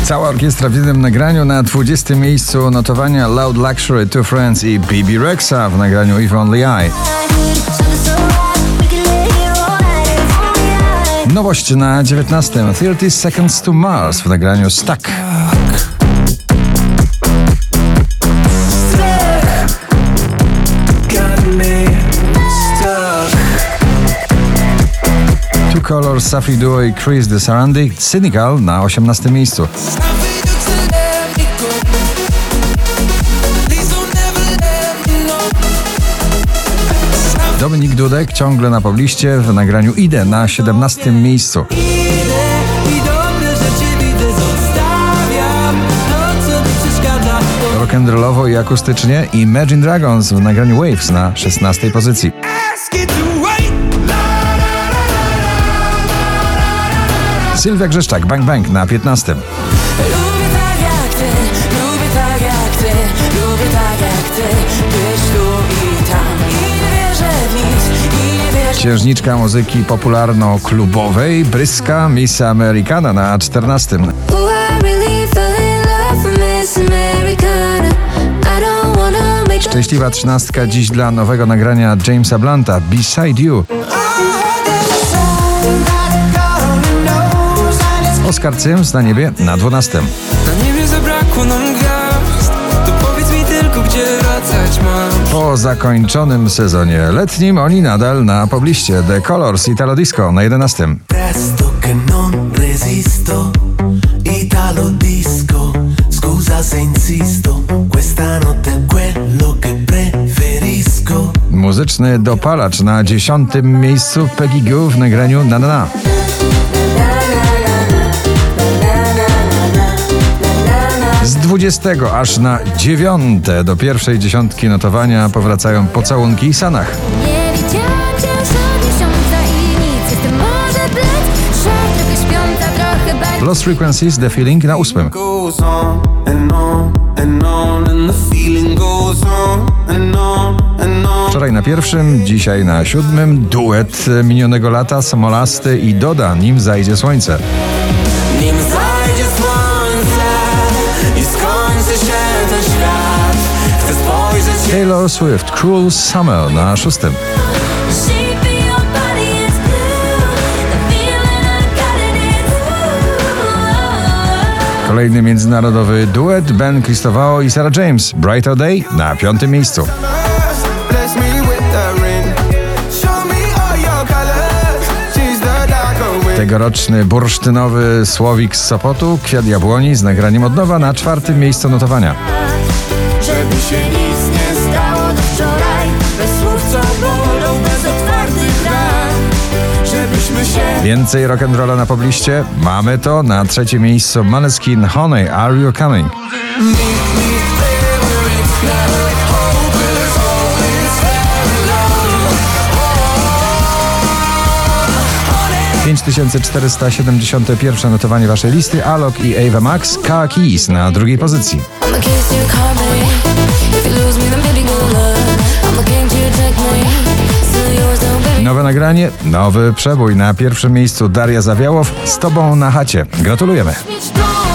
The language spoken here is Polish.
Cała orkiestra w jednym nagraniu. Na 20. miejscu notowania Loud Luxury, Two Friends i Bebe Rexha w nagraniu If Only I. Nowość na 19. 30 Seconds to Mars w nagraniu Stuck. Two Colors, Safi Duo i Chris de Sarandi, Cynical na 18. miejscu. Dominik Dudek ciągle na pobliście w nagraniu Idę na 17. miejscu. Rock'n'rollowo i akustycznie Imagine Dragons w nagraniu Waves na 16. pozycji. Sylwia Grzeszczak, Bang Bang na 15. Księżniczka muzyki popularno-klubowej Bryska Miss Americana na 14. Szczęśliwa 13 dziś dla nowego nagrania Jamesa Blunta Beside You. Oscar Sims na niebie na 12. Na niebie zabrakło nam gwiazd, to powiedz mi tylko, gdzie wracać mam. Po zakończonym sezonie letnim oni nadal na pobliście. The Colors, Italo Disco na 11. Presto che non resisto, Italo Disco, scusa se insisto, questa notte è quello che preferisco. Muzyczny dopalacz na 10. miejscu Peggy Gou w nagraniu Na Na Na. Z 20 aż na 9 do pierwszej dziesiątki notowania powracają Pocałunki i Sanach. Nie widziałam cię już od miesiąca i nic, jestem może blec, szat, trochę śpiąca, trochę bajka. Lost Frequencies, The Feeling na 8. Goes on and on and on and the feeling goes on and on and on. Wczoraj na 1, dzisiaj na 7 duet minionego lata Samolasty i Doda, Nim zajdzie słońce. Nim zajdzie słońce i skończy się ten świat, chcę spojrzeć Taylor Swift, Cruel Summer na 6. Kolejny międzynarodowy duet Ben Cristobao i Sarah James, Brighter Day na 5. miejscu. Bless me with the ring, show me all your colors, she's the dark wind. Tegoroczny bursztynowy Słowik z Sopotu, Kwiat Jabłoni z nagraniem od nowa na 4. miejscu notowania. Żeby się nic nie stało do wczoraj, bez słów co bolą, bez otwartych ran. Żebyśmy się Więcej rock'n'rolla na pobliście. Mamy to na 3. miejscu Måneskin, Honey, Are You Coming? 5471 notowanie waszej listy. Alok i Ava Max, Car Keys na 2. pozycji. Nowe nagranie, nowy przebój na 1. miejscu Daria Zawiałow, Z tobą na chacie. Gratulujemy. mieć dom.